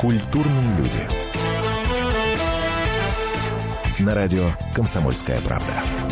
Культурные люди. На радио «Комсомольская правда».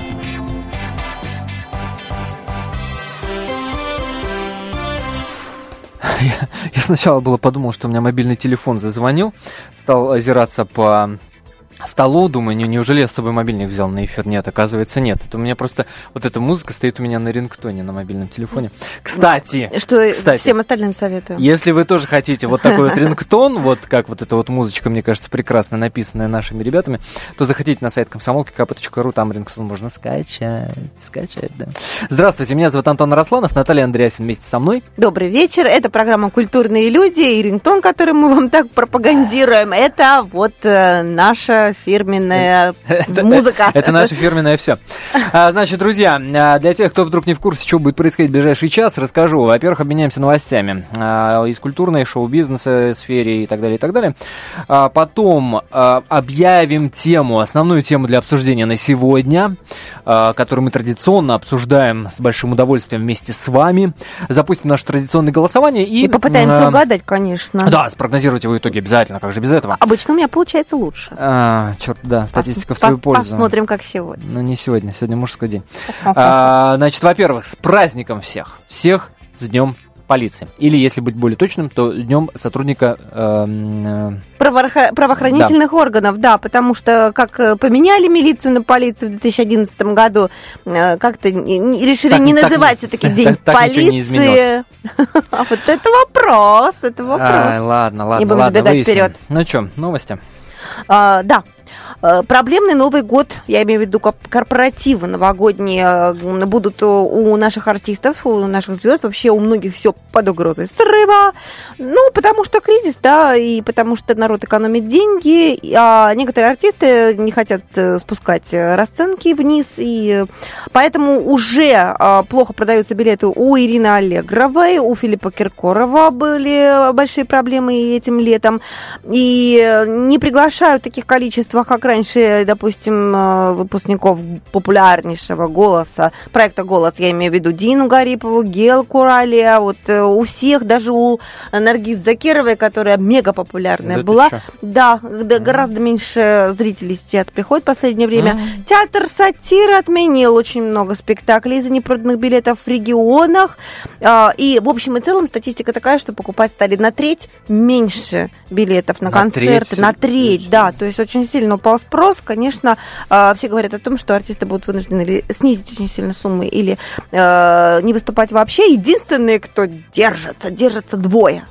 Я сначала подумал, что у меня мобильный телефон зазвонил, стал озираться по столу, думаю, неужели я с собой мобильник взял на эфир? Нет, оказывается, нет. Это у меня просто вот эта музыка стоит у меня на рингтоне на мобильном телефоне. Кстати, всем остальным советую. Если вы тоже хотите вот такой вот рингтон, вот как вот эта вот музычка, мне кажется, прекрасно написанная нашими ребятами, то заходите на сайт комсомолки.кп.ру, там рингтон можно скачать, да. Здравствуйте, меня зовут Антон Арасланов, Наталья Андреасин вместе со мной. Добрый вечер, это программа «Культурные люди», и рингтон, который мы вам так пропагандируем, это вот наша фирменная музыка. Это наша фирменная все. Значит, друзья, для тех, кто вдруг не в курсе, что будет происходить в ближайший час, расскажу. Во-первых, обменяемся новостями из культурной, шоу-бизнеса сфере и так далее, и так далее. Потом объявим тему, основную тему для обсуждения на сегодня, которую мы традиционно обсуждаем с большим удовольствием вместе с вами. Запустим наше традиционное голосование и попытаемся угадать, конечно. Да, спрогнозируйте в итоге обязательно, как же без этого. Обычно у меня получается лучше. Черт, да, статистика в твою пользу. Посмотрим, как сегодня. Ну, не сегодня, сегодня мужской день. Значит, во-первых, с праздником всех. Всех с Днем полиции. Или, если быть более точным, то Днем сотрудника... правоохранительных органов, да, потому что как поменяли милицию на полицию в 2011 году, как-то решили не называть все-таки День полиции. А вот это вопрос, Ладно. Не будем забегать вперед. Ну что, новости? Да. Проблемный Новый год, я имею в виду корпоративы новогодние, будут у наших артистов, у наших звезд, вообще у многих все под угрозой срыва. Ну, потому что кризис, да, и потому что народ экономит деньги, а некоторые артисты не хотят спускать расценки вниз, и поэтому уже плохо продаются билеты у Ирины Аллегровой, у Филиппа Киркорова были большие проблемы этим летом, и не приглашают в таких количествах, как раньше, допустим, выпускников популярнейшего «Голоса», проекта «Голос», я имею в виду Дину Гарипову, Гелку Ралли, вот у всех, даже у Наргиз Закировой, которая мега популярная была, да, гораздо меньше зрителей сейчас приходит в последнее время. Театр «Сатира» отменил очень много спектаклей из-за непроданных билетов в регионах, и в общем и целом статистика такая, что покупать стали на треть меньше билетов на концерты, на треть, да, то есть очень сильно упал спрос. Конечно, все говорят о том, что артисты будут вынуждены снизить очень сильно суммы или не выступать вообще. Единственные, кто держатся двое.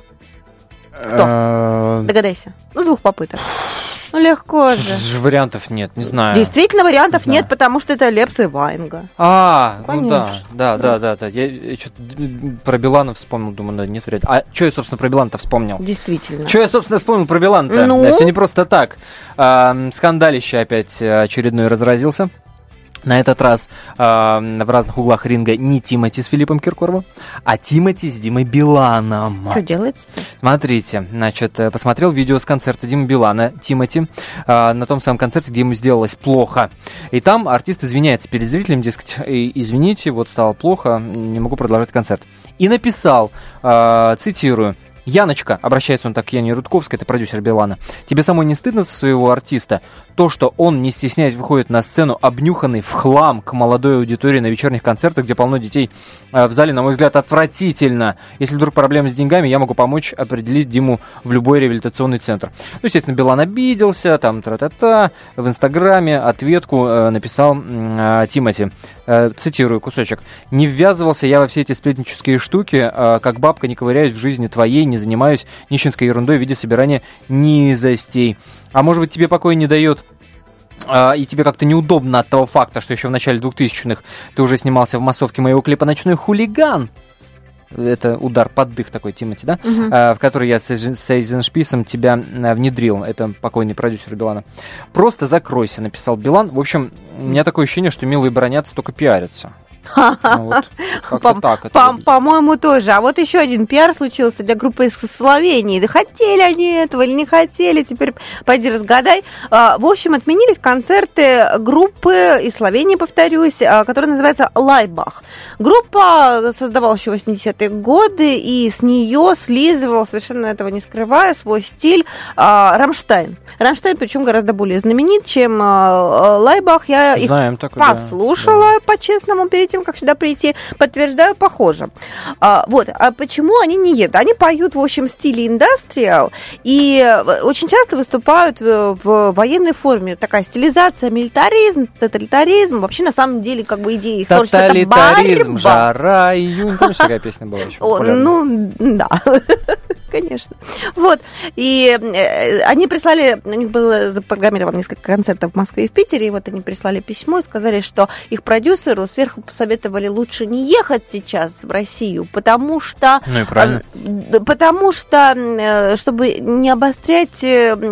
Кто? Догадайся. С 2 попыток. Ну, легко же. Вариантов нет, не знаю. Действительно, вариантов нет, потому что это Лепс и Ваенга. Ну да. Я что-то про Билана вспомнил, думаю, да, нет вариантов. А что я, собственно, про Билана-то вспомнил? Действительно. Что я, собственно, вспомнил про Билана-то? Ну? Да, все не просто так. Скандалище опять очередной разразился. На этот раз в разных углах ринга не Тимати с Филиппом Киркоровым, а Тимати с Димой Биланом. Что делается-то? Смотрите, значит, посмотрел видео с концерта Димы Билана, Тимати, на том самом концерте, где ему сделалось плохо. И там артист извиняется перед зрителем, дескать, извините, вот стало плохо, не могу продолжать концерт. И написал, цитирую: «Яночка», обращается он так к Яне Рудковской, это продюсер Билана, «тебе самой не стыдно за своего артиста? То, что он, не стесняясь, выходит на сцену, обнюханный в хлам к молодой аудитории на вечерних концертах, где полно детей в зале, на мой взгляд, отвратительно. Если вдруг проблемы с деньгами, я могу помочь определить Диму в любой реабилитационный центр». Ну, естественно, Билан обиделся, там, тра-та-та, в Инстаграме ответку написал Тимати, цитирую кусочек: «Не ввязывался я во все эти сплетнические штуки, как бабка не ковыряюсь в жизни твоей, не занимаюсь нищенской ерундой в виде собирания низостей. А может быть, тебе покоя не дает и тебе как-то неудобно от того факта, что еще в начале 2000-х ты уже снимался в массовке моего клипа «Ночной хулиган». Это удар под дых такой, Тимати, да? В который я с Эйзеншписом тебя внедрил. Это покойный продюсер Билана. «Просто закройся», написал Билан. В общем, у меня такое ощущение, что милые бронятся, только пиарятся. По-моему, тоже. А вот еще один пиар случился для группы из Словении. Да хотели они этого или не хотели, теперь пойди разгадай. В общем, отменились концерты группы из Словении, повторюсь, которая называется «Лайбах». Группа создавалась еще в 80-е годы, и с нее слизывал, совершенно этого не скрывая, свой стиль «Рамштайн». «Рамштайн», причем гораздо более знаменит, чем «Лайбах». Я их послушала, по-честному, перед тем, как сюда прийти, подтверждаю, похоже. Вот. А почему они не едут? Они поют, в общем, в стиле индастриал и очень часто выступают в военной форме. Такая стилизация, милитаризм, тоталитаризм. Вообще, на самом деле, как бы идея их творчества — это борьба. Тоталитаризм, жара, июнь. Помнишь, такая песня была еще популярная? Ну, да. Конечно. Вот. И они прислали, у них было запрограммировано несколько концертов в Москве и в Питере, и вот они прислали письмо и сказали, что их продюсеру сверху посоветовали лучше не ехать сейчас в Россию, потому что... Ну и правильно. Потому что, чтобы не обострять,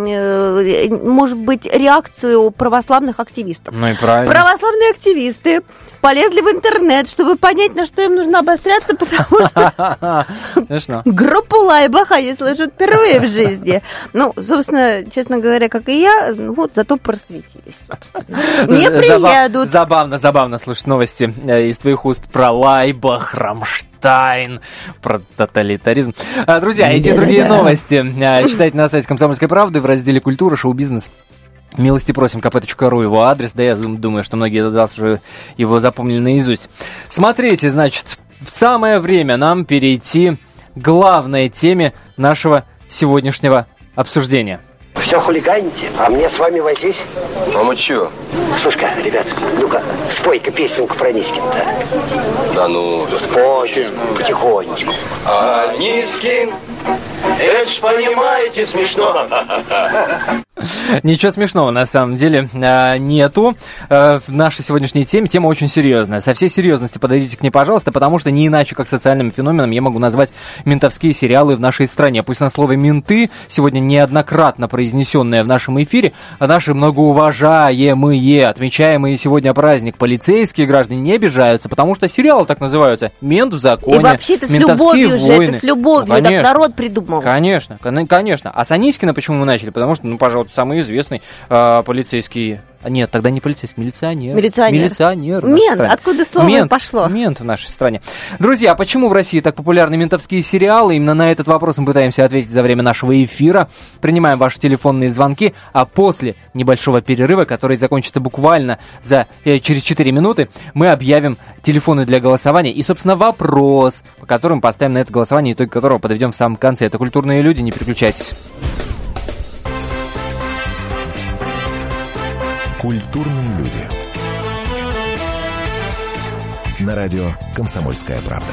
может быть, реакцию православных активистов. Ну и правильно. Православные активисты полезли в интернет, чтобы понять, на что им нужно обостряться, потому что группу Лайбаха я слышу впервые в жизни. Ну, собственно, честно говоря, как и я, вот зато просветились, собственно. Не приедут. Забавно слушать новости из твоих уст про Лайбах, Рамштайн, про тоталитаризм. Друзья, эти и другие новости читайте на сайте «Комсомольской правды» в разделе «Культура», «Шоу-бизнес». Милости просим, kp.ru его адрес, да я думаю, что многие из вас уже его запомнили наизусть. Смотрите, значит, самое время нам перейти к главной теме нашего сегодняшнего обсуждения. Все хулиганите, а мне с вами возись. А мы чё? Слушай-ка, ребят, ну-ка, спой-ка песенку про Нискина-то. Да ну... Спойте потихонечку. А Нискин, это ж понимаете, смешно. Ничего смешного, на самом деле, нету в нашей сегодняшней теме. Тема очень серьезная. Со всей серьезностью подойдите к ней, пожалуйста, потому что не иначе, как социальным феноменом, я могу назвать ментовские сериалы в нашей стране. Пусть на слово «менты», сегодня неоднократно произнесенное в нашем эфире, а наши многоуважаемые, отмечаемые сегодня праздник, полицейские граждане не обижаются, потому что сериалы так называются «Мент в законе», и вообще-то с любовью же, это с любовью, ну, так народ придумал. Конечно. А с Анискина почему мы начали? Потому что, пожалуйста, самый известный полицейский... Нет, тогда не полицейский, милиционер. Мент, откуда слово пошло? Мент в нашей стране. Друзья, почему в России так популярны ментовские сериалы? Именно на этот вопрос мы пытаемся ответить за время нашего эфира. Принимаем ваши телефонные звонки, а после небольшого перерыва, который закончится буквально через 4 минуты, мы объявим телефоны для голосования и, собственно, вопрос, по которому поставим на это голосование, итоги которого подведем в самом конце. Это «Культурные люди», не переключайтесь. Культурные люди. На радио «Комсомольская правда».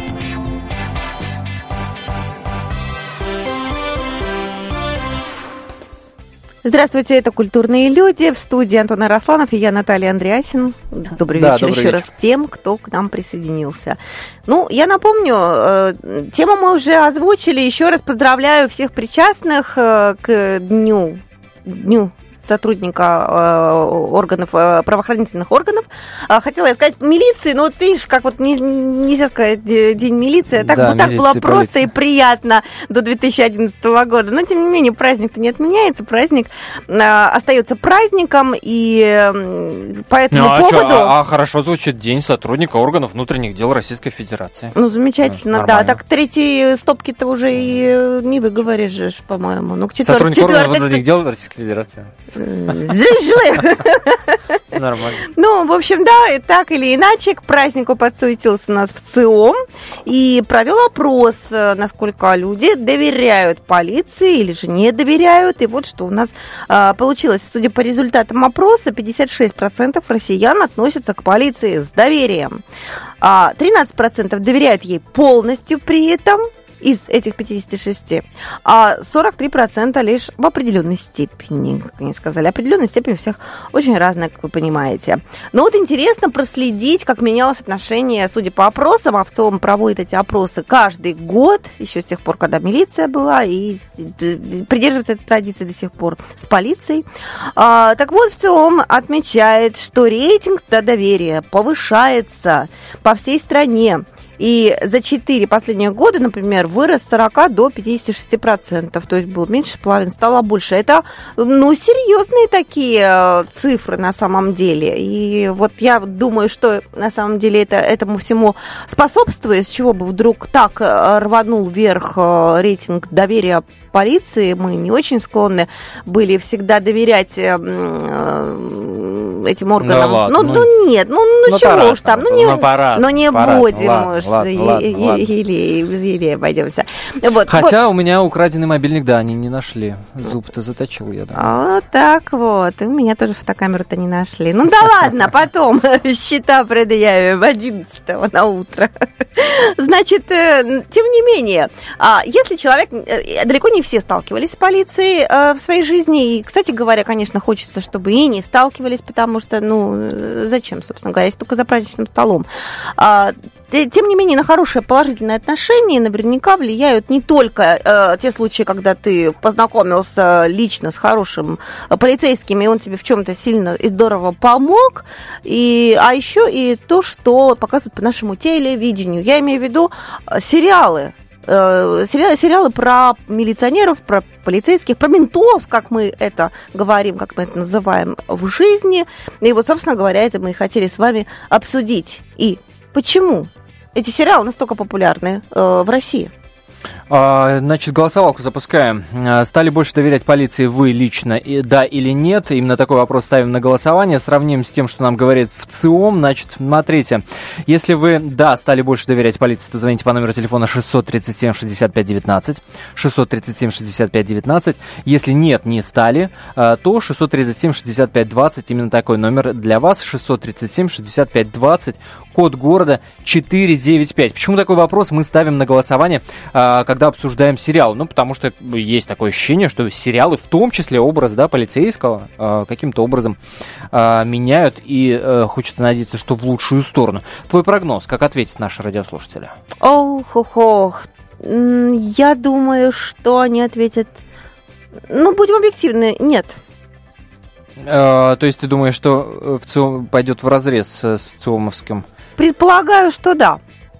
Здравствуйте, это «Культурные люди». В студии Антон Арасланов и я, Наталья Андреасин. Добрый вечер еще раз тем, кто к нам присоединился. Ну, я напомню, тему мы уже озвучили. Еще раз поздравляю всех причастных к дню сотрудника органов, правоохранительных органов. Хотела я сказать милиции, но вот видишь, как вот нельзя сказать день милиции, так было просто и приятно до 2011 года. Но, тем не менее, праздник-то не отменяется, праздник остается праздником, и по этому поводу... хорошо звучит День сотрудника органов внутренних дел Российской Федерации. Ну, замечательно, да. Так третьей стопки-то уже и не выговоришь же, по-моему. Ну, сотрудник органов внутренних дел Российской Федерации. Нормально. Ну, в общем, да, и так или иначе, к празднику подсуетился у нас в ЦИОМ и провел опрос, насколько люди доверяют полиции или же не доверяют. И вот что у нас получилось. Судя по результатам опроса, 56% россиян относятся к полиции с доверием. 13% доверяют ей полностью при этом. из этих 56, а 43% лишь в определенной степени, как они сказали. Определенная степень у всех очень разная, как вы понимаете. Но вот интересно проследить, как менялось отношение, судя по опросам, а в целом проводят эти опросы каждый год, еще с тех пор, когда милиция была, и придерживается этой традиции до сих пор с полицией. Так вот, в целом отмечает, что рейтинг доверия повышается по всей стране. И за 4 последних года, например, вырос с 40 до 56%. То есть было меньше половины, стало больше. Это, серьезные такие цифры на самом деле. И вот я думаю, что на самом деле этому всему способствует, с чего бы вдруг так рванул вверх рейтинг доверия полиции. Мы не очень склонны были всегда доверять этим органам. Да ладно, нет, чего уж там, не будем уж еле обойдемся. Хотя у меня украденный мобильник, да, они не нашли. Зуб-то заточил я. Вот так вот. И у меня тоже фотокамеру-то не нашли. Да ладно, потом счета предъявим 11-го на утро. Значит, тем не менее, если человек... Далеко не все сталкивались с полицией в своей жизни. И, кстати говоря, конечно, хочется, чтобы и не сталкивались, потому что, зачем, собственно говоря, если только за праздничным столом. Тем не менее, на хорошее положительное отношение наверняка влияют не только те случаи, когда ты познакомился лично с хорошим полицейским, и он тебе в чем-то сильно и здорово помог, а еще и то, что показывают по нашему телевидению. Я имею в виду сериалы. Сериалы про милиционеров, про полицейских, про ментов, как мы это говорим, как мы это называем в жизни. И вот, собственно говоря, это мы и хотели с вами обсудить. И почему эти сериалы настолько популярны в России? Значит, голосовалку запускаем. Стали больше доверять полиции вы лично, да или нет? Именно такой вопрос ставим на голосование. Сравним с тем, что нам говорит ВЦИОМ. Значит, смотрите, если вы, да, стали больше доверять полиции, то звоните по номеру телефона 637-65-19. 637-65-19. Если нет, не стали, то 637-65-20. Именно такой номер для вас. 637-65-20. Код города 495. Почему такой вопрос мы ставим на голосование, когда обсуждаем сериал? Потому что есть такое ощущение, что сериалы, в том числе образ, да, полицейского, каким-то образом меняют, и хочется надеяться, что в лучшую сторону. Твой прогноз, как ответят наши радиослушатели? Я думаю, что они ответят, будем объективны, нет. То есть ты думаешь, что ВЦИОМ пойдет вразрез с ЦИОМовским? Предполагаю, что да.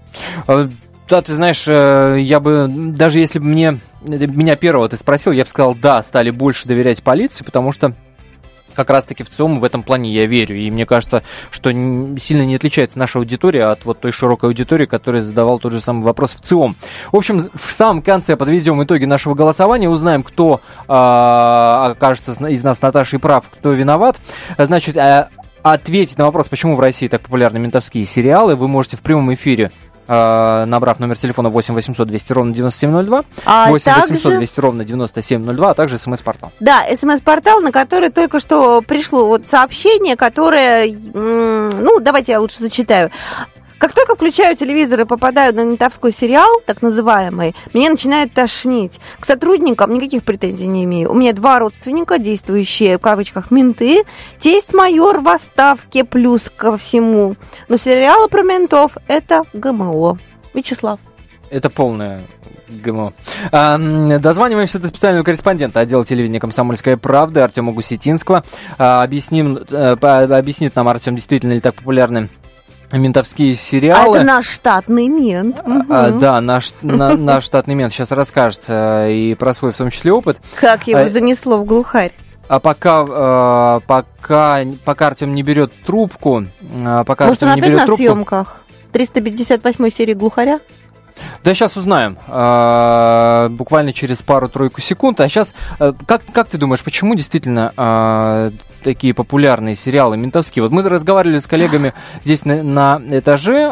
Да, ты знаешь, я бы, даже если бы меня первого ты спросил, я бы сказал, да, стали больше доверять полиции, потому что как раз-таки в ЦИОМ в этом плане я верю. И мне кажется, что сильно не отличается наша аудитория от вот той широкой аудитории, которая задавал тот же самый вопрос в ЦИОМ. В общем, в самом конце подведем итоги нашего голосования, узнаем, кто окажется из нас, Наташей, прав, кто виноват. Значит, ответить на вопрос, почему в России так популярны ментовские сериалы, вы можете в прямом эфире, набрав номер телефона 8 800 200 ровно 9702, 8 800 200 ровно 9702, а также смс-портал. Да, смс-портал, на который только что пришло вот сообщение, которое, давайте я лучше зачитаю. Как только включаю телевизор и попадаю на ментовской сериал, так называемый, меня начинает тошнить. К сотрудникам никаких претензий не имею. У меня 2 родственника, действующие, в кавычках, менты. Тесть майор в отставке, плюс ко всему. Но сериалы про ментов – это ГМО. Вячеслав. Это полное ГМО. Дозваниваемся до специального корреспондента отдела телевидения «Комсомольская правда» Артема Гусетинского. Объяснит нам, Артем, действительно ли так популярны ментовские сериалы. А это наш штатный мент. Да, наш штатный мент сейчас расскажет и про свой в том числе опыт. Как его занесло в глухарь. А пока Артем не берет трубку, Может, он опять на съемках 358 серии «Глухаря»? Да, сейчас узнаем. Буквально через пару-тройку секунд. А сейчас, как ты думаешь, почему действительно такие популярные сериалы ментовские? Вот мы разговаривали с коллегами здесь на этаже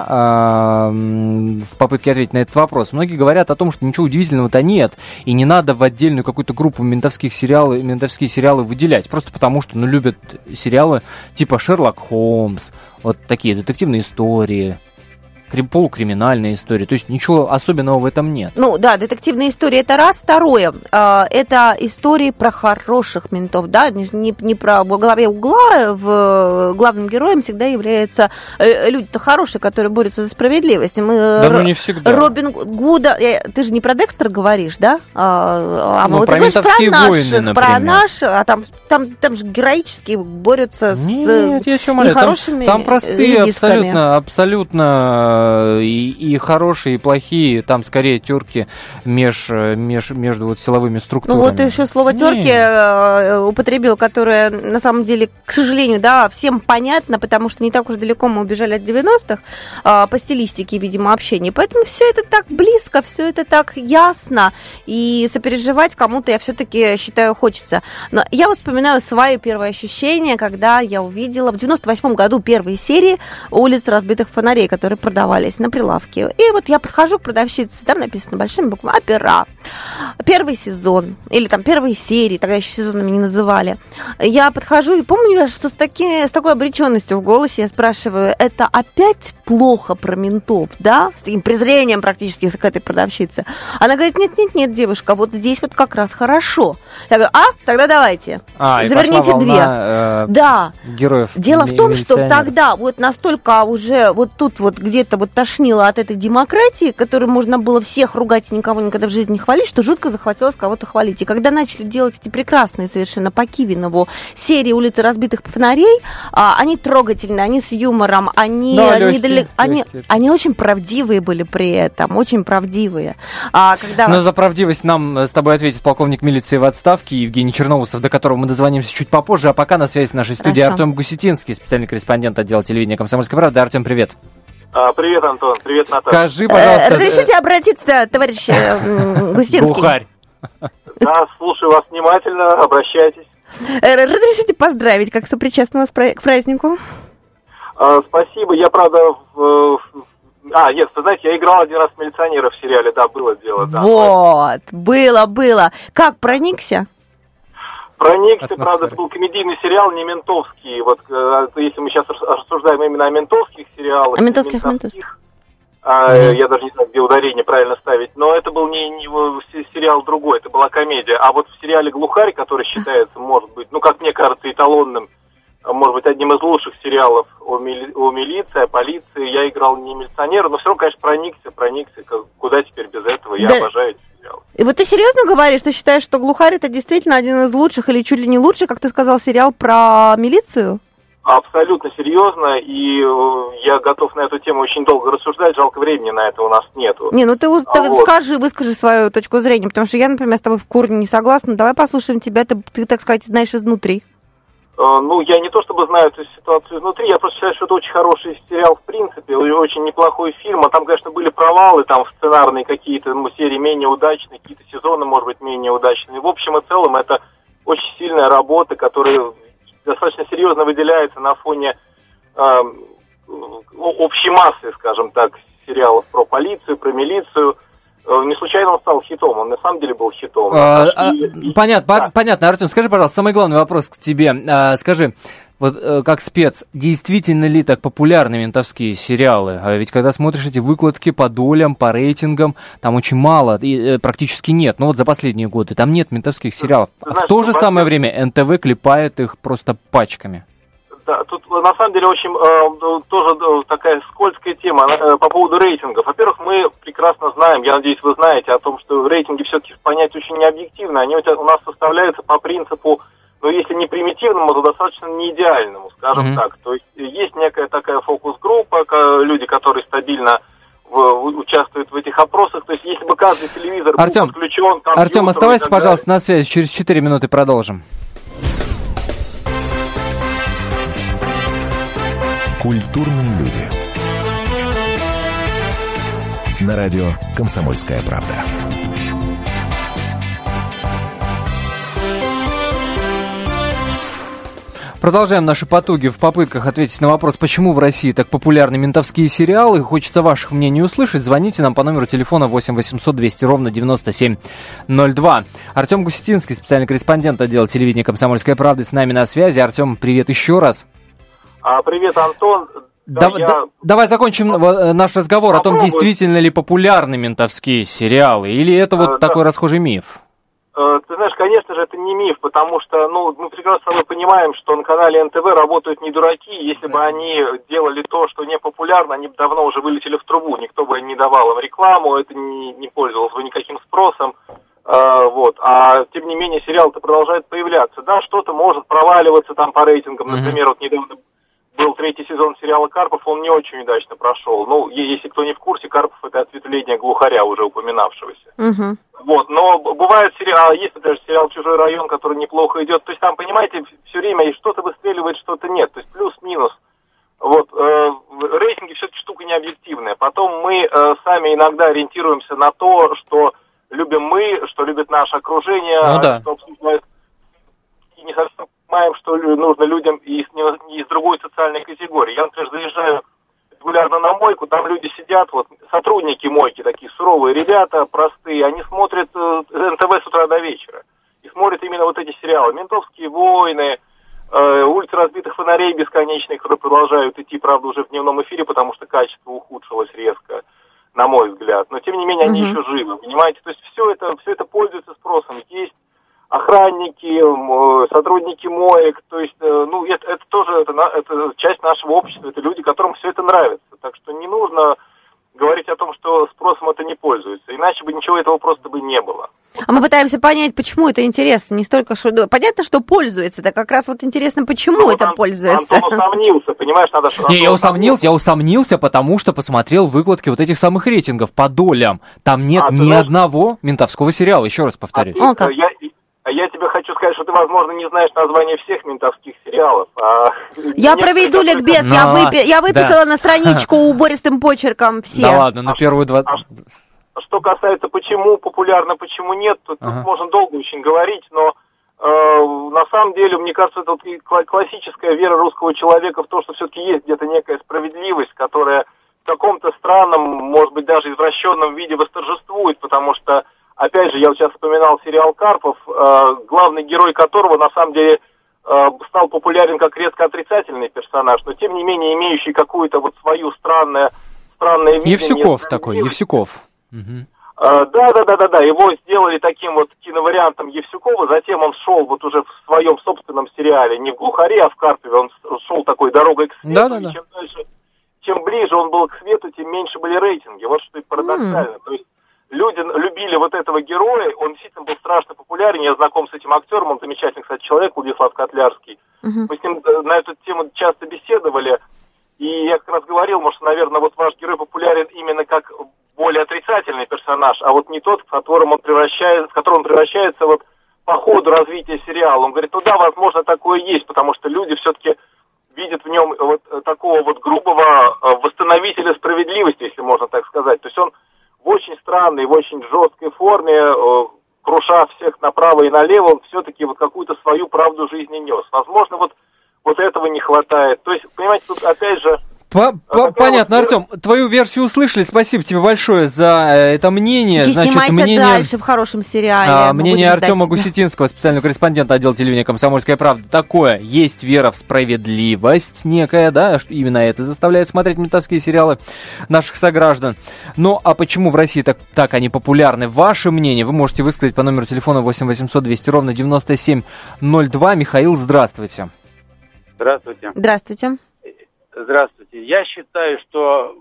в попытке ответить на этот вопрос. Многие говорят о том, что ничего удивительного-то нет, и не надо в отдельную какую-то группу ментовские сериалы выделять, просто потому что любят сериалы типа «Шерлок Холмс», вот такие детективные истории. полукриминальная история. То есть ничего особенного в этом нет. Ну да, детективная история это раз. Второе, это истории про хороших ментов, да, не про во главе угла. Главным героем всегда являются люди-то хорошие, которые борются за справедливость. Ну не всегда. Робин Гуда, ты же не про Декстера говоришь, да? Ну, про ментовские войны, например. Про наших, а там же героически борются с нехорошими там простые редисками. абсолютно и хорошие, и плохие. Там скорее терки между вот силовыми структурами. Ну вот еще слово терки употребил, которое на самом деле, к сожалению, да, всем понятно, потому что не так уж далеко мы убежали от 90-х по стилистике, видимо, общения. Поэтому все это так близко, все это так ясно, и сопереживать кому-то я все-таки считаю хочется. Но я вот вспоминаю свои первые ощущения, когда я увидела в 98-м году первые серии «Улиц разбитых фонарей», которые продавались на прилавке. И вот я подхожу к продавщице, там написано большими буквами «Опера». Первый сезон, или там первые серии, тогда еще сезонами не называли. Я подхожу и помню, что с такой обреченностью в голосе я спрашиваю, это опять плохо про ментов, да? С таким презрением практически к этой продавщице. Она говорит, нет, девушка, вот здесь вот как раз хорошо. Я говорю, тогда давайте, заверните две. Да. Героев. Дело в том, что тогда вот настолько уже вот тут вот где-то вот тошнило от этой демократии, которой можно было всех ругать и никого никогда в жизни не хвалить, что жутко захотелось кого-то хвалить. И когда начали делать эти прекрасные совершенно по Кивинову серии «Улицы разбитых фонарей», они трогательные, они с юмором, они очень правдивые были при этом, очень правдивые. Но за правдивость нам с тобой ответит полковник милиции в отставке Евгений Черноусов, до которого мы дозвонимся чуть попозже, а пока на связи с нашей студией Артем Гусетинский, специальный корреспондент отдела телевидения «Комсомольской правды». Артем, привет. Привет, Антон. Привет, Наталья. Скажи, пожалуйста... Разрешите обратиться, товарищ Гусетинский? Глухарь. Да, слушаю вас внимательно, обращайтесь. Разрешите поздравить, как сопричастны вас к празднику? Спасибо, я, правда... Нет, вы знаете, я играл один раз милиционера в сериале, да, было дело. Да, вот, было. Как, проникся? Проникся, правда, это был комедийный сериал, не ментовский. Вот если мы сейчас рассуждаем именно о ментовских сериалах. О ментовских. Я даже не знаю, где ударение правильно ставить. Но это был не сериал другой, это была комедия. А вот в сериале «Глухарь», который считается, может быть, как мне кажется, эталонным, может быть, одним из лучших сериалов о милиции, о полиции, я играл не милиционера, но все равно, конечно, проникся. Куда теперь без этого? Я обожаю эти сериалы. И вот ты серьезно говоришь? Ты считаешь, что «Глухарь» это действительно один из лучших или чуть ли не лучший, как ты сказал, сериал про милицию? Абсолютно серьезно, и я готов на эту тему очень долго рассуждать, жалко, времени на это у нас нету. Выскажи свою точку зрения, потому что я, например, с тобой в корне не согласна. Давай послушаем тебя, ты, так сказать, знаешь изнутри. Я не то чтобы знаю эту ситуацию изнутри, я просто считаю, что это очень хороший сериал в принципе, очень неплохой фильм, а там, конечно, были провалы, там сценарные какие-то серии менее удачные, какие-то сезоны, может быть, менее удачные. В общем и целом, это очень сильная работа, которая достаточно серьезно выделяется на фоне общей массы, скажем так, сериалов про полицию, про милицию. Не случайно он стал хитом, он на самом деле был хитом. Понятно, Артем, скажи, пожалуйста, самый главный вопрос к тебе. Скажи, вот как спец, действительно ли так популярны ментовские сериалы? Ведь когда смотришь эти выкладки по долям, по рейтингам, там очень мало, и практически нет. Но вот за последние годы там нет ментовских сериалов. В то же самое время НТВ клепает их просто пачками. Да, тут на самом деле очень тоже такая скользкая тема по поводу рейтингов. Во-первых, мы прекрасно знаем, я надеюсь, вы знаете о том, что рейтинги все-таки понять очень необъективно. Они у нас составляются по принципу, если не примитивному, то достаточно не идеальному, скажем так. То есть некая такая фокус-группа, люди, которые стабильно участвуют в этих опросах. То есть если бы каждый телевизор был подключен... Артем, оставайся, пожалуйста, на связи. Через 4 минуты продолжим. Культурные люди. На радио «Комсомольская правда». Продолжаем наши потуги в попытках ответить на вопрос, почему в России так популярны ментовские сериалы. Хочется ваших мнений услышать. Звоните нам по номеру телефона 8 800 200 ровно 9702. Артем Гусетинский, специальный корреспондент отдела телевидения «Комсомольская правда», с нами на связи. Артем, привет еще раз. Привет, Антон. Давай закончим наш разговор о том, действительно ли популярны ментовские сериалы, или это вот такой расхожий миф? Ты знаешь, конечно же, это не миф, потому что, мы прекрасно с тобой понимаем, что на канале НТВ работают не дураки. Если бы они делали то, что не популярно, они бы давно уже вылетели в трубу. Никто бы не давал им рекламу, это не пользовалось бы никаким спросом. А тем не менее, сериал-то продолжает появляться. Да, что-то может проваливаться там по рейтингам. Например, вот недавно был 3-й сезон сериала «Карпов», он не очень удачно прошел. Если кто не в курсе, Карпов — это ответвление глухаря, уже упоминавшегося. Но бывают сериалы, есть даже сериал «Чужой район», который неплохо идет. То есть там, понимаете, все время что-то выстреливает, что-то нет. То есть плюс-минус. Рейтинги все-таки штука не объективная. Потом мы сами иногда ориентируемся на то, что любим мы, что любит наше окружение, что обсуждают, и не совсем понимаем, что нужно людям из другой социальной категории. Я, например, заезжаю регулярно на мойку, там люди сидят, сотрудники мойки, такие суровые ребята, простые, они смотрят НТВ с утра до вечера. И смотрят именно вот эти сериалы. «Ментовские войны», «Улицы разбитых фонарей» бесконечные, которые продолжают идти, правда, уже в дневном эфире, потому что качество ухудшилось резко, на мой взгляд. Но, тем не менее, они еще живы, понимаете? То есть все это пользуется спросом. Есть охранники, сотрудники моек, то есть, это тоже это часть нашего общества, это люди, которым все это нравится. Так что не нужно говорить о том, что спросом это не пользуется, иначе бы ничего этого просто бы не было. А мы пытаемся понять, почему это интересно, не столько, что... Понятно, что пользуется, да как раз интересно, почему это пользуется. Антон усомнился, понимаешь, надо... Я усомнился, потому что посмотрел выкладки вот этих самых рейтингов по долям. Там нет ни одного ментовского сериала, еще раз повторюсь. Я тебе хочу сказать, что ты, возможно, не знаешь название всех ментовских сериалов. Я проведу ликбез, я выписала на страничку убористым почерком все. Да ладно, на первую два... Что касается, почему популярно, почему нет, тут можно долго очень говорить, но на самом деле, мне кажется, это классическая вера русского человека в то, что все-таки есть где-то некая справедливость, которая в каком-то странном, может быть, даже извращенном виде восторжествует, потому что, опять же, я сейчас вспоминал сериал «Карпов», главный герой которого, на самом деле, стал популярен как резко отрицательный персонаж, но, тем не менее, имеющий какую-то свою странное видение. Евсюков. Да. Его сделали таким киновариантом Евсюкова, затем он шел уже в своем собственном сериале, не в «Глухаре», а в «Карпове», он шел такой дорогой к свету, и чем дальше, чем ближе он был к свету, тем меньше были рейтинги. Вот что и парадоксально. То есть люди любили этого героя, он действительно был страшно популярен, я знаком с этим актером, он замечательный, кстати, человек, Владислав Котлярский. Мы с ним на эту тему часто беседовали, и я как раз говорил, может, наверное, ваш герой популярен именно как более отрицательный персонаж, а не тот, в котором он превращается по ходу развития сериала. Он говорит, да, возможно, такое есть, потому что люди все-таки видят в нем такого грубого восстановителя справедливости, если можно так сказать. То есть он в очень странной, в очень жесткой форме, круша всех направо и налево, он все-таки какую-то свою правду жизни нес. Возможно, этого не хватает. То есть, понимаете, тут опять же... Понятно, Артем, твою версию услышали. Спасибо тебе большое за это мнение. Снимайся дальше в хорошем сериале. Мнение Артема Гусетинского, специального корреспондента отдела телевидения «Комсомольская правда», такое. Есть вера в справедливость некая, да, именно это заставляет смотреть ментовские сериалы наших сограждан. Ну, а почему в России так они популярны? Ваше мнение вы можете высказать по номеру телефона 8 800 200 ровно 9702. Михаил, здравствуйте. Здравствуйте. Здравствуйте. Я считаю, что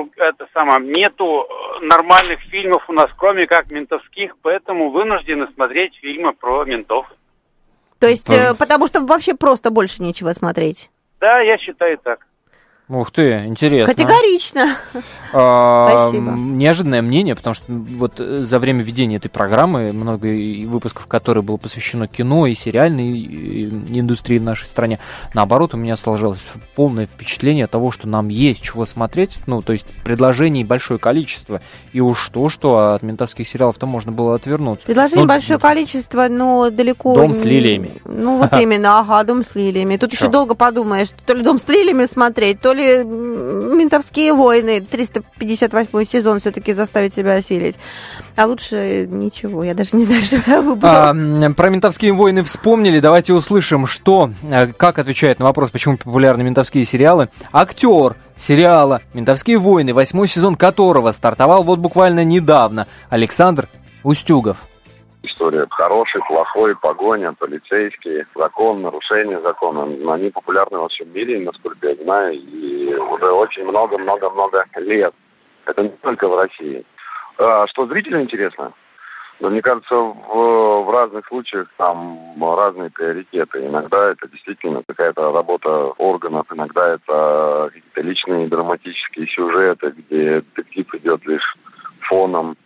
нету нормальных фильмов у нас, кроме как ментовских, поэтому вынуждены смотреть фильмы про ментов. То есть, потому что вообще просто больше нечего смотреть? Да, я считаю так. Ух ты, интересно. Категорично. Спасибо. Неожиданное мнение, потому что за время ведения этой программы, много выпусков которой было посвящено кино и сериальной индустрии в нашей стране, наоборот, у меня сложилось полное впечатление того, что нам есть чего смотреть, то есть предложений большое количество, и уж что от ментовских сериалов-то можно было отвернуться. Предложений большое количество, но далеко... «Дом с лилиями». Именно, «Дом с лилиями». Тут еще долго подумаешь, то ли «Дом с лилиями» смотреть, то ли «Ментовские войны», 358 сезон все-таки заставить себя осилить. А лучше ничего, я даже не знаю, что я выбрала. Про «Ментовские войны» вспомнили, давайте услышим, как отвечает на вопрос, почему популярны ментовские сериалы, актер сериала «Ментовские войны», 8-й сезон которого стартовал вот буквально недавно, Александр Устюгов. История хороший, плохой, погоня, полицейские, закон, нарушение закона. Они популярны во всем мире, насколько я знаю, и уже очень много-много-много лет. Это не только в России. Что зрителю интересно? Но мне кажется, в разных случаях там разные приоритеты. Иногда это действительно какая-то работа органов, иногда это какие-то личные драматические сюжеты, где детектив идет лишь фоном.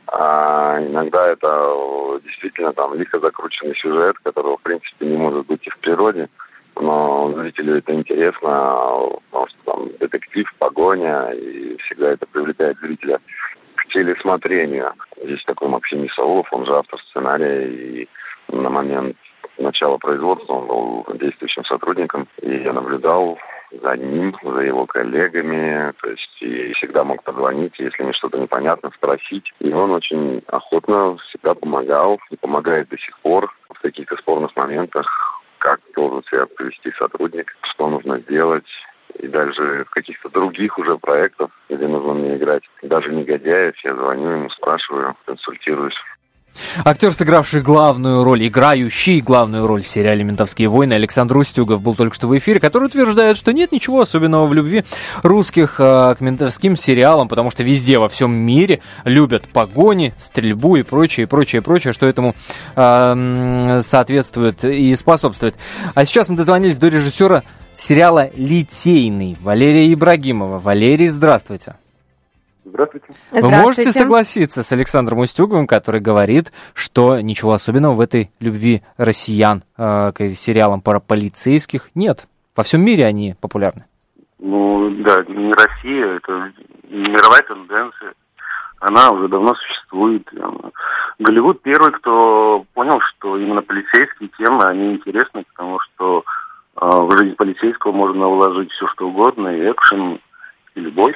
А иногда это действительно там лихо закрученный сюжет, которого, в принципе, не может быть и в природе. Но зрителю это интересно, потому что там детектив, погоня, и всегда это привлекает зрителя к телесмотрению. Здесь такой Максим Исаулов, он же автор сценария, и на момент начала производства он был действующим сотрудником, и я наблюдал за ним, за его коллегами, то есть и всегда мог позвонить, если мне что-то непонятно, спросить. И он очень охотно всегда помогал и помогает до сих пор в каких-то спорных моментах, как должен себя повести сотрудник, что нужно сделать. И даже в каких-то других уже проектах, где нужно мне играть даже негодяев, я звоню ему, спрашиваю, консультируюсь. Актер, сыгравший главную роль, играющий главную роль в сериале «Ментовские войны», Александр Устюгов был только что в эфире, который утверждает, что нет ничего особенного в любви русских к ментовским сериалам, потому что везде во всем мире любят погони, стрельбу и прочее, что этому соответствует и способствует. А сейчас мы дозвонились до режиссера сериала «Литейный» Валерия Ибрагимова. Валерий, здравствуйте. Здравствуйте. Вы можете согласиться с Александром Устюговым, который говорит, что ничего особенного в этой любви россиян к сериалам про полицейских нет? Во всем мире они популярны. Ну, да, не Россия, это мировая тенденция. Она уже давно существует. Голливуд первый, кто понял, что именно полицейские темы, они интересны, потому что в жизнь полицейского можно вложить все, что угодно, и экшен, и любовь.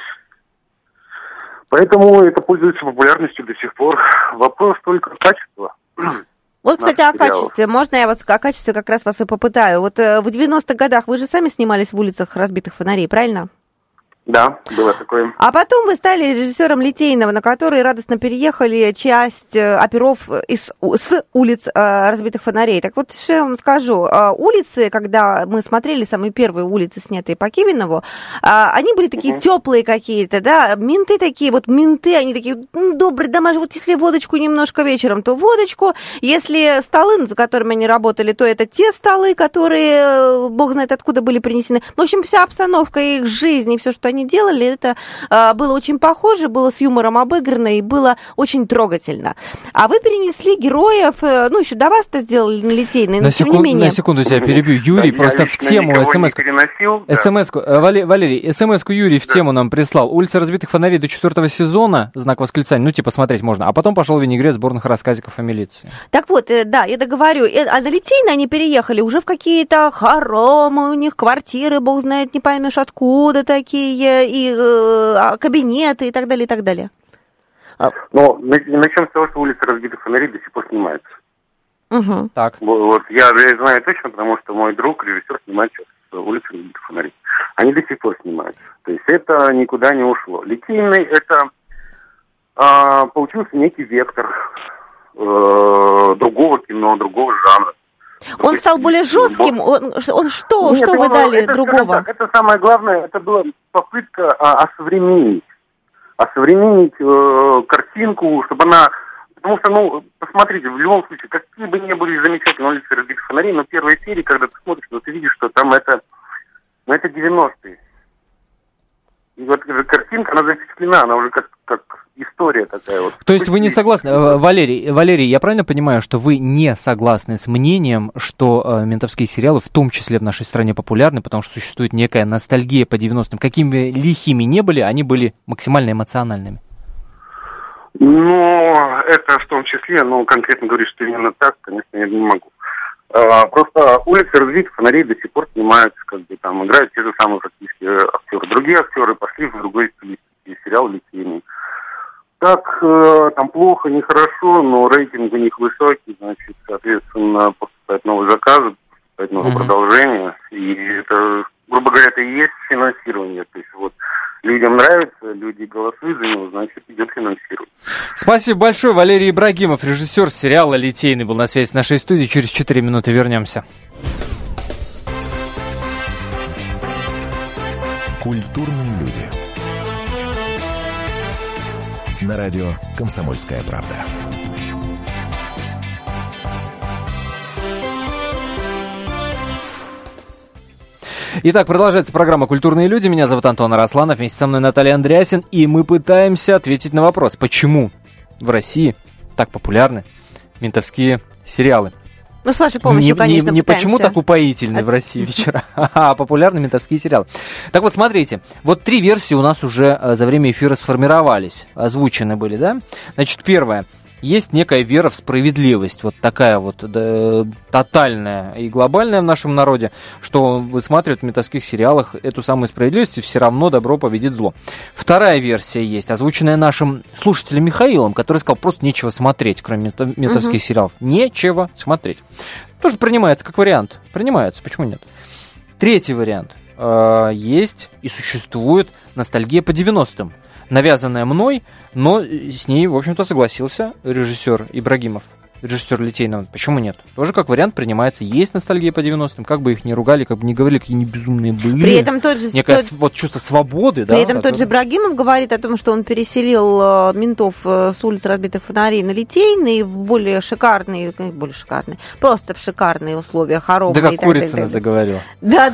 Поэтому это пользуется популярностью до сих пор. Вопрос только качества. Вот, кстати, о качестве. Можно я вот о качестве как раз вас и попытаю? Вот в 90-х годах вы же сами снимались в «Улицах разбитых фонарей», правильно? Да, было такое. А потом вы стали режиссером «Литейного», на который радостно переехали часть оперов с улиц разбитых фонарей. Так вот, что я вам скажу. Улицы, когда мы смотрели самые первые улицы, снятые по Кивинову, они были такие теплые какие-то, да, менты такие, вот менты, они такие добрые, домашние. Вот если водочку немножко вечером, то водочку. Если столы, за которыми они работали, то это те столы, которые, бог знает откуда были принесены. В общем, вся обстановка их жизни, все, что они делали, это было очень похоже, было с юмором обыграно и было очень трогательно. А вы перенесли героев, ну, еще до вас-то сделали на «Литейный», но тем не менее... На секунду тебя перебью. Юрий просто в тему СМС-ку. Валерий, СМС-ку Юрий в тему нам прислал. «Улица разбитых фонарей» до 4-го сезона, знак восклицания, ну, типа, смотреть можно. А потом пошел винегрет сборных рассказиков о милиции. Так вот, да, я договорю. А на «Литейный» они переехали уже в какие-то хоромы, у них квартиры, бог знает, не поймешь откуда такие, и кабинеты и так далее, и так далее. Но начнем с того, что «Улица разбитых фонарей» до сих пор снимается. Угу. Так. Вот, я знаю точно, потому что мой друг, режиссер, снимает сейчас «Улицу разбитых фонарей». Они до сих пор снимаются. То есть это никуда не ушло. «Литейный» это получился некий вектор другого кино, другого жанра. Он стал более жестким? Что вы дали другого? Так, это самое главное, это была попытка осовременить картинку, чтобы она... Потому что, ну, посмотрите, в любом случае, какие бы ни были замечательные «Улицы разбитых фонарей», но первые серии, когда ты смотришь, ты видишь, что там это 90-е. И вот эта картинка, она запечатлена, она уже как история такая вот. То есть вы не согласны, Валерий, я правильно понимаю, что вы не согласны с мнением, что ментовские сериалы, в том числе в нашей стране, популярны, потому что существует некая ностальгия по 90-м. Какими лихими не были, они были максимально эмоциональными? Ну, это в том числе, но конкретно говорить, что именно так, конечно, я не могу. Просто «Улицы разбитых фонарей» до сих пор снимаются, как бы там играют те же самые практически актеры. Другие актеры пошли в другой стилистике, сериал «Литейный». Так, там плохо, нехорошо, но рейтинг у них высокий, значит, соответственно, поступают новые заказы, поступают новые продолжения, и это грубо говоря, это и есть финансирование. То есть вот людям нравится, люди голосуют за него, значит, идет финансирование. Спасибо большое. Валерий Ибрагимов, режиссер сериала «Литейный», был на связи с нашей студией. Через 4 минуты вернемся. Культурные люди. На радио «Комсомольская правда». Итак, продолжается программа «Культурные люди». Меня зовут Антон Арасланов, вместе со мной Наталья Андреасин. И мы пытаемся ответить на вопрос, почему в России так популярны ментовские сериалы. Ну, с вашей помощью, конечно, не пытаемся. почему так упоительны в России вечера, а популярны ментовские сериалы. Так вот, смотрите, вот 3 версии у нас уже за время эфира сформировались, озвучены были, да? Значит, первая. Есть некая вера в справедливость, вот такая вот тотальная и глобальная в нашем народе, что высматривают в ментовских сериалах эту самую справедливость, и все равно добро победит зло. Вторая версия есть, озвученная нашим слушателем Михаилом, который сказал, просто нечего смотреть, кроме ментовских сериалов. Нечего смотреть. Тоже принимается как вариант. Принимается, почему нет? Третий вариант. Есть и существует ностальгия по 90-м. Навязанная мной, но с ней, в общем-то, согласился режиссер Ибрагимов, режиссер «Литейного». Почему нет? Тоже как вариант принимается. Есть ностальгия по 90-м, как бы их ни ругали, как бы ни говорили, какие они безумные были. При этом тот же... Некое вот чувство свободы, да. При этом тот же Ибрагимов говорит о том, что он переселил ментов с улиц Разбитых фонарей на Литейный в более шикарные, просто в шикарные условия, хоромы. Да как Курицына заговорил. Да.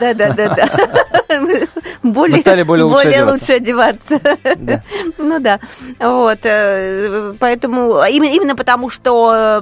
Мы стали более лучше одеваться. Да. Ну да. Вот. Поэтому, именно потому, что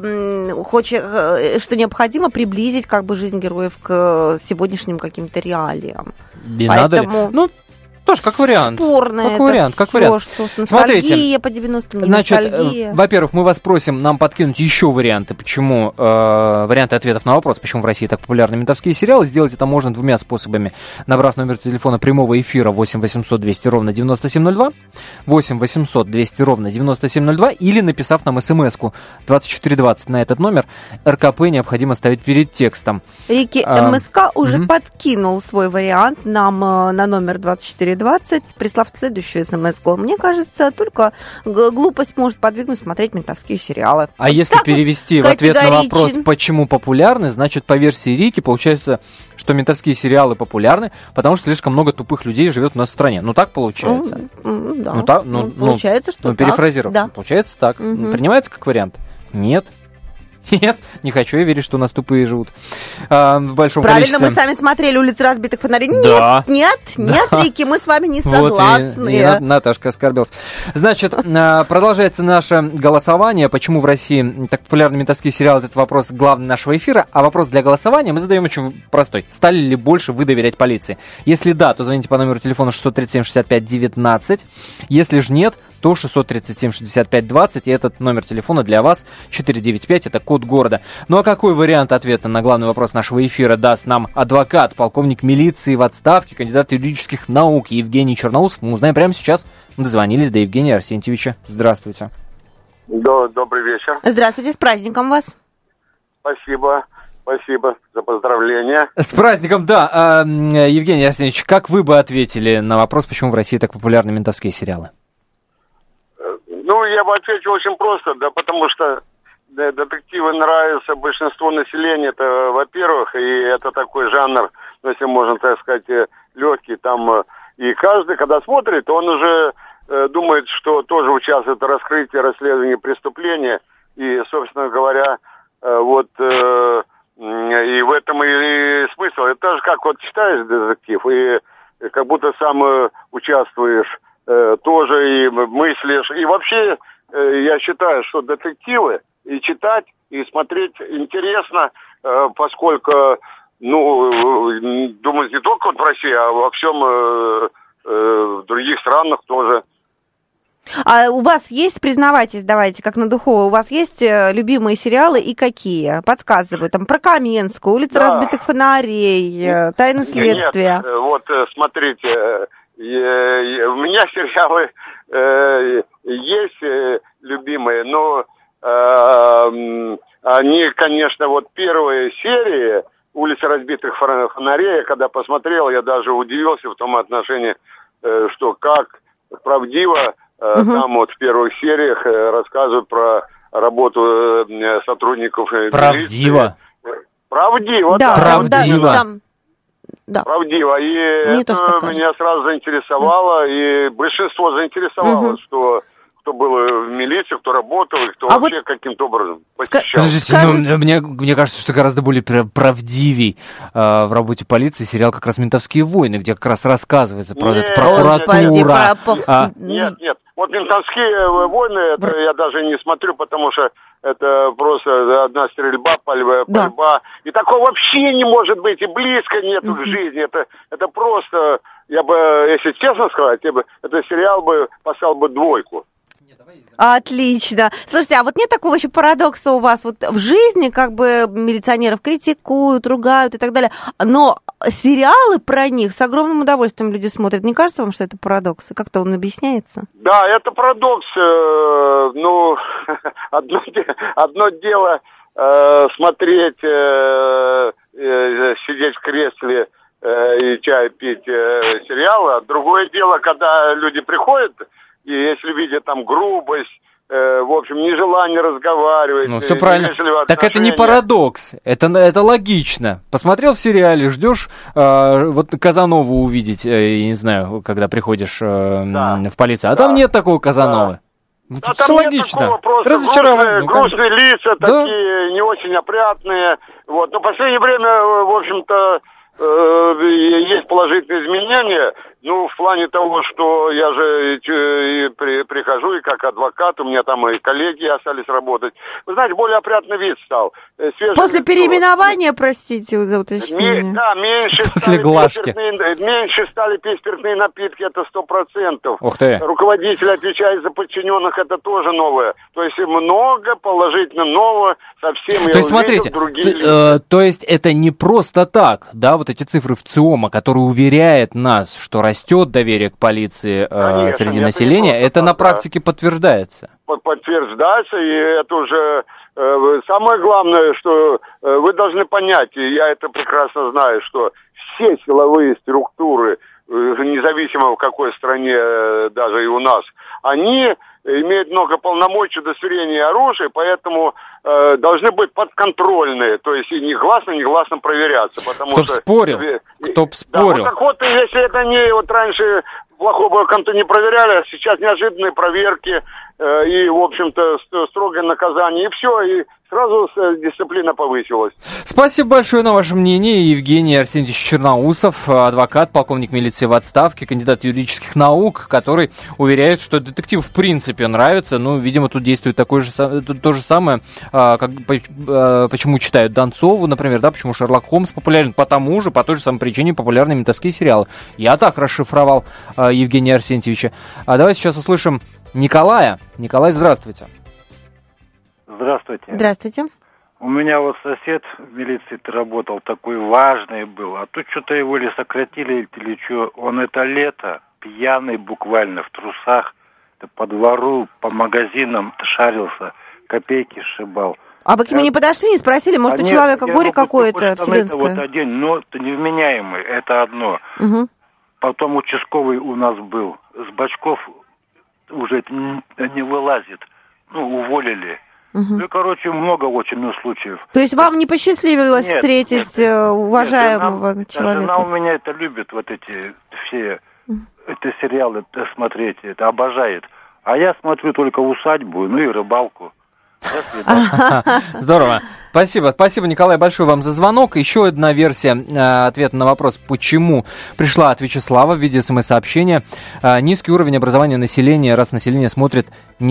необходимо приблизить как бы жизнь героев к сегодняшним каким-то реалиям. И надо ли? Ну, тоже как вариант. Спорное как вариант. Что ностальгия по 90-м, не ностальгия. Во-первых, мы вас просим нам подкинуть еще варианты, почему варианты ответов на вопрос, почему в России так популярны ментовские сериалы. Сделать это можно 2 способами. Набрав номер телефона прямого эфира 8 800 200 ровно 9702, 8 800 200 ровно 9702, или написав нам смс-ку 2420 на этот номер. РКП необходимо ставить перед текстом. Рики МСК уже подкинул свой вариант нам на номер 2420, прислав следующую смс-ку. Мне кажется, только глупость может подвигнуть смотреть ментовские сериалы. А вот если перевести в ответ на вопрос, почему популярны, значит, по версии Рики, получается, что ментовские сериалы популярны, потому что слишком много тупых людей живет у нас в стране. Ну, так получается. Да. Получается, что так. Перефразировав. Да. Получается так. Принимается как вариант? Нет. Нет, не хочу я верить, что у нас тупые живут в большом количестве. Правильно, мы сами смотрели «Улицы разбитых фонарей». Да. Нет, Рики, мы с вами не согласны. Вот и Наташка оскорбилась. Значит, продолжается наше голосование. Почему в России так популярны ментовские сериалы? Этот вопрос главный нашего эфира. А вопрос для голосования мы задаем очень простой. Стали ли больше вы доверять полиции? Если да, то звоните по номеру телефона 637-65-19. Если же нет, то 637-65-20. И этот номер телефона для вас 495. Это код города. Ну а какой вариант ответа на главный вопрос нашего эфира даст нам адвокат, полковник милиции в отставке, кандидат юридических наук Евгений Черноусов? Мы узнаем прямо сейчас. Мы дозвонились до Евгения Арсентьевича. Здравствуйте. Добрый вечер. Здравствуйте, с праздником вас. Спасибо за поздравления. С праздником, да. Евгений Арсеньевич, как вы бы ответили на вопрос, почему в России так популярны ментовские сериалы? Ну, я бы ответил очень просто, да, потому что детективы нравятся большинству населения, это, во-первых, и это такой жанр, если можно так сказать, легкий, там, и каждый, когда смотрит, он уже думает, что тоже участвует в раскрытии, расследовании преступления, и, собственно говоря, вот, и в этом и смысл. Это тоже как вот читаешь детектив, и как будто сам участвуешь тоже, и мыслишь, и вообще, я считаю, что детективы и читать, и смотреть интересно, поскольку, думаю, не только вот в России, а во всем в других странах тоже. А у вас есть, признавайтесь, давайте, как на духу, у вас есть любимые сериалы и какие? Подсказываю, там, про Каменскую, «Улица разбитых фонарей», «Тайны следствия». Нет, вот, смотрите, у меня сериалы есть любимые, но они, конечно, вот первые серии, «Улица разбитых фонарей». Я когда посмотрел, я даже удивился в том отношении, что как правдиво там вот в первых сериях рассказывают про работу сотрудников Правдиво? милиции. Правдиво, Да, да. Правдиво. Да. Правдиво. И Мне тоже так это меня кажется. сразу заинтересовало, и большинство заинтересовало, что кто был в милиции, кто работал, и кто А вообще каким-то образом посещал. Подождите, ну, мне кажется, что гораздо более правдивей в работе полиции сериал как раз «Ментовские войны», где как раз рассказывается про Нет, эту прокуратура. Нет. Вот «Ментовские войны» это я даже не смотрю, потому что это просто одна стрельба, пальба. И такого вообще не может быть, и близко нету к жизни. Это просто, я бы, если честно сказать, я бы этот сериал бы поставил бы 2. Отлично. Слушайте, а вот нет такого еще парадокса у вас? Вот в жизни как бы милиционеров критикуют, ругают и так далее, но сериалы про них с огромным удовольствием люди смотрят. Не кажется вам, что это парадокс? Как-то он объясняется? Да, это парадокс. Ну, одно дело смотреть, сидеть в кресле и чай пить сериалы, а другое дело, когда люди приходят, и если видят там грубость, в общем, нежелание разговаривать. Ну, все правильно. Так это не парадокс, это логично. Посмотрел в сериале, ждешь вот Казанову увидеть, я не знаю, когда приходишь в полицию, а там нет такого Казановы. Ну, там все логично. Такого, просто разочарование. Грустные лица, такие не очень опрятные. Вот. Но в последнее время, в общем-то, есть положительные изменения. Ну, в плане того, что я же прихожу и как адвокат, у меня там и коллеги остались работать. Вы знаете, более опрятный вид стал. После переименования, простите за уточнение. Да, меньше стали пить спиртные напитки, это 100%. Ух ты. Руководитель отвечает за подчиненных, это тоже новое. То есть много положительно нового, совсем я То есть, смотрите, то есть это не просто так, да, вот эти цифры ВЦИОМа, которые уверяет нас, что растет доверие к полиции среди населения, это на практике подтверждается. Подтверждается, и это уже самое главное, что вы должны понять, и я это прекрасно знаю, что все силовые структуры, независимо в какой стране, даже и у нас, они имеют много полномочий удостоверения оружия, поэтому должны быть подконтрольные, то есть и негласно проверяться. Потому Кто спорил? Кто спорил? Да, вот если это не вот раньше плохого кому-то не проверяли, а сейчас неожиданные проверки и, в общем-то, строгое наказание, и все, и сразу дисциплина повысилась. Спасибо большое на ваше мнение. Евгений Арсентьевич Черноусов, адвокат, полковник милиции в отставке, кандидат юридических наук, который уверяет, что детектив в принципе нравится. Ну, видимо, тут действует то же самое, почему читают Донцову, например, да, почему Шерлок Холмс популярен, по той же самой причине популярны ментовские сериалы. Я так расшифровал Евгения Арсентьевича. А давайте сейчас услышим Николая. Николай, здравствуйте. Здравствуйте. Здравствуйте. У меня вот сосед в милиции работал, такой важный был, а тут что-то его или сократили, или что. Он это лето пьяный буквально в трусах, по двору, по магазинам шарился, копейки сшибал. А вы к нему не подошли, не спросили, может, у человека горе какое-то вселенское? Вот один, но это невменяемый, это одно. Угу. Потом участковый у нас был, с бачков уже не вылазит, уволили. Угу. Ну, короче, много очень случаев. То есть вам не посчастливилось встретить уважаемого человека? Жена у меня это любит, вот эти все эти сериалы смотреть, это обожает. А я смотрю только усадьбу, и рыбалку. Здорово. Спасибо, Николай, большое вам за звонок. Еще одна версия ответа на вопрос, почему пришла от Вячеслава в виде СМС-сообщения. Низкий уровень образования населения, раз население смотрит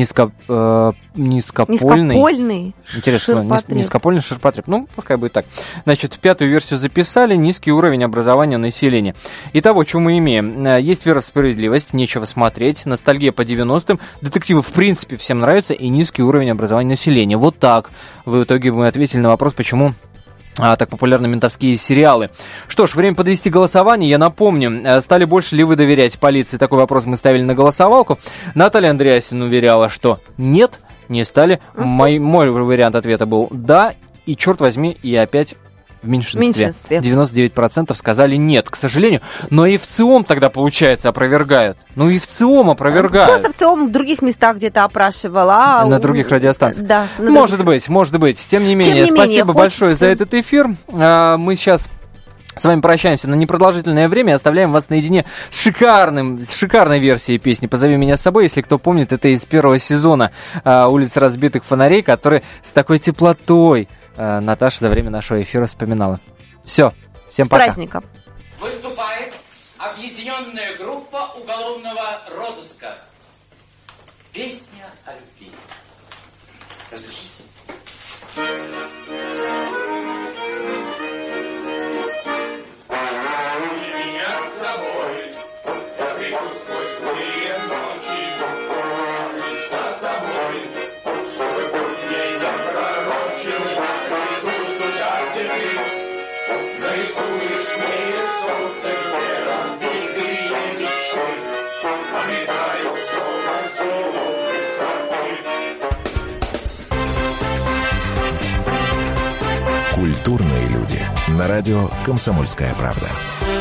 низкопольный. Интересно, низкопольный ширпотреб. Ну, пускай будет так. Значит, пятую версию записали. Низкий уровень образования населения. Итого, что мы имеем? Есть вера в справедливость, нечего смотреть. Ностальгия по 90-м. Детективы, в принципе, всем нравятся. И низкий уровень образования населения. Вот так. В итоге мы ответили на вопрос, почему так популярны ментовские сериалы. Что ж, время подвести голосование. Я напомню, стали больше ли вы доверять полиции? Такой вопрос мы ставили на голосовалку. Наталья Андреасин уверяла, что нет, не стали. Мой вариант ответа был да. И, черт возьми, и опять В меньшинстве. 99% сказали нет, к сожалению. Но и в ЦИОМ тогда, получается, опровергают. Ну и в ЦИОМ опровергают. Просто в ЦИОМ в других местах где-то опрашивала. На других радиостанциях. Да. Может быть. Тем не менее, спасибо большое за этот эфир. Мы сейчас с вами прощаемся на непродолжительное время и оставляем вас наедине с шикарной версией песни «Позови меня с собой». Если кто помнит, это из первого сезона «Улиц разбитых фонарей», который с такой теплотой Наташа за время нашего эфира вспоминала. Все, всем пока. С праздником. Выступает объединенная группа уголовного розыска. Песня о любви. Разрешите? Культурные люди. На радио «Комсомольская правда».